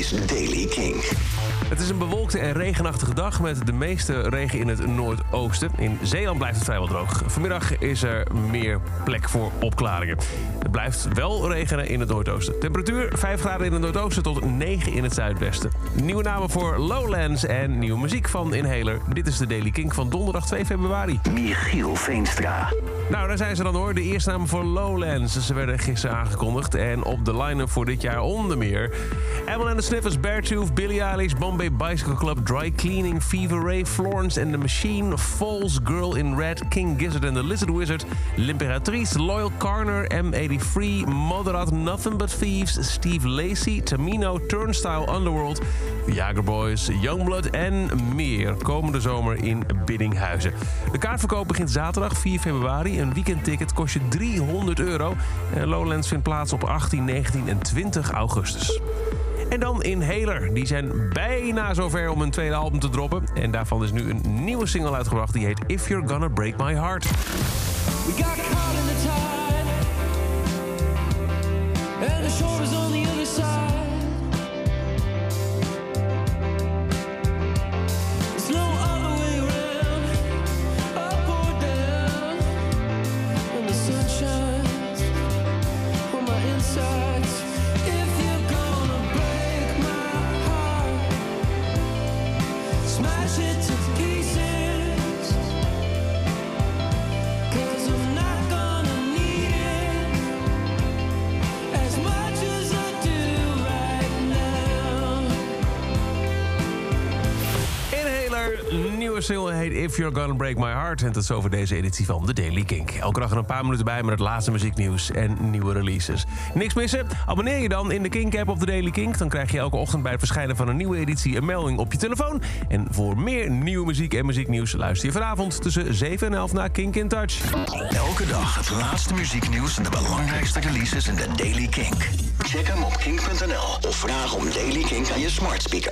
is Daily King. Het is een bewolkte en regenachtige dag met de meeste regen in het noordoosten. In Zeeland blijft het vrijwel droog. Vanmiddag is er meer plek voor opklaringen. Het blijft wel regenen in het noordoosten. Temperatuur 5 graden in het noordoosten tot 9 in het zuidwesten. Nieuwe namen voor Lowlands en nieuwe muziek van Inhaler. Dit is de Daily King van donderdag 2 februari. Michiel Veenstra. Nou, daar zijn ze dan hoor. De eerste namen voor Lowlands. Ze werden gisteren aangekondigd. En op de line-up voor dit jaar onder meer Amyl and the Sniffers, Beartooth, Billie Eilish, Bombay Bicycle Club, Dry Cleaning, Fever Ray, Florence and the Machine, Falls, Girl in Red, King Gizzard and the Lizard Wizard, L'Imperatrice, Loyal Carner, M83, Moderat, Nothing But Thieves, Steve Lacy, Tamino, Turnstile, Underworld, Jager Boys, Youngblood en meer. Komende zomer in Biddinghuizen. De kaartverkoop begint zaterdag 4 februari. Een weekendticket kost je €300. En Lowlands vindt plaats op 18, 19 en 20 augustus. En dan Inhaler. Die zijn bijna zover om een tweede album te droppen. En daarvan is nu een nieuwe single uitgebracht. Die heet If You're Gonna Break My Heart. We got caught in the tide, and the shore is on the other side. There's no other way around, up or down, and the sun shines on my insides. If you're gonna break my heart, smash it to pieces, 'cause I'm not gonna need it as much as I do right now. Inhaler, nieuwe single heet If You're Gonna Break My Heart. En tot zover deze editie van The Daily Kink. Elke dag er een paar minuten bij met het laatste muzieknieuws en nieuwe releases. Niks missen? Abonneer je dan in de Kink-app op The Daily Kink. Dan krijg je elke ochtend bij het verschijnen van een nieuwe editie een melding op je telefoon. En voor meer nieuwe muziek en muzieknieuws luister je vanavond tussen 7 en 11 naar Kink in Touch. Elke dag het laatste muzieknieuws en de belangrijkste releases in de Daily Kink. Check hem op kink.nl of vraag om Daily Kink aan je smart speaker.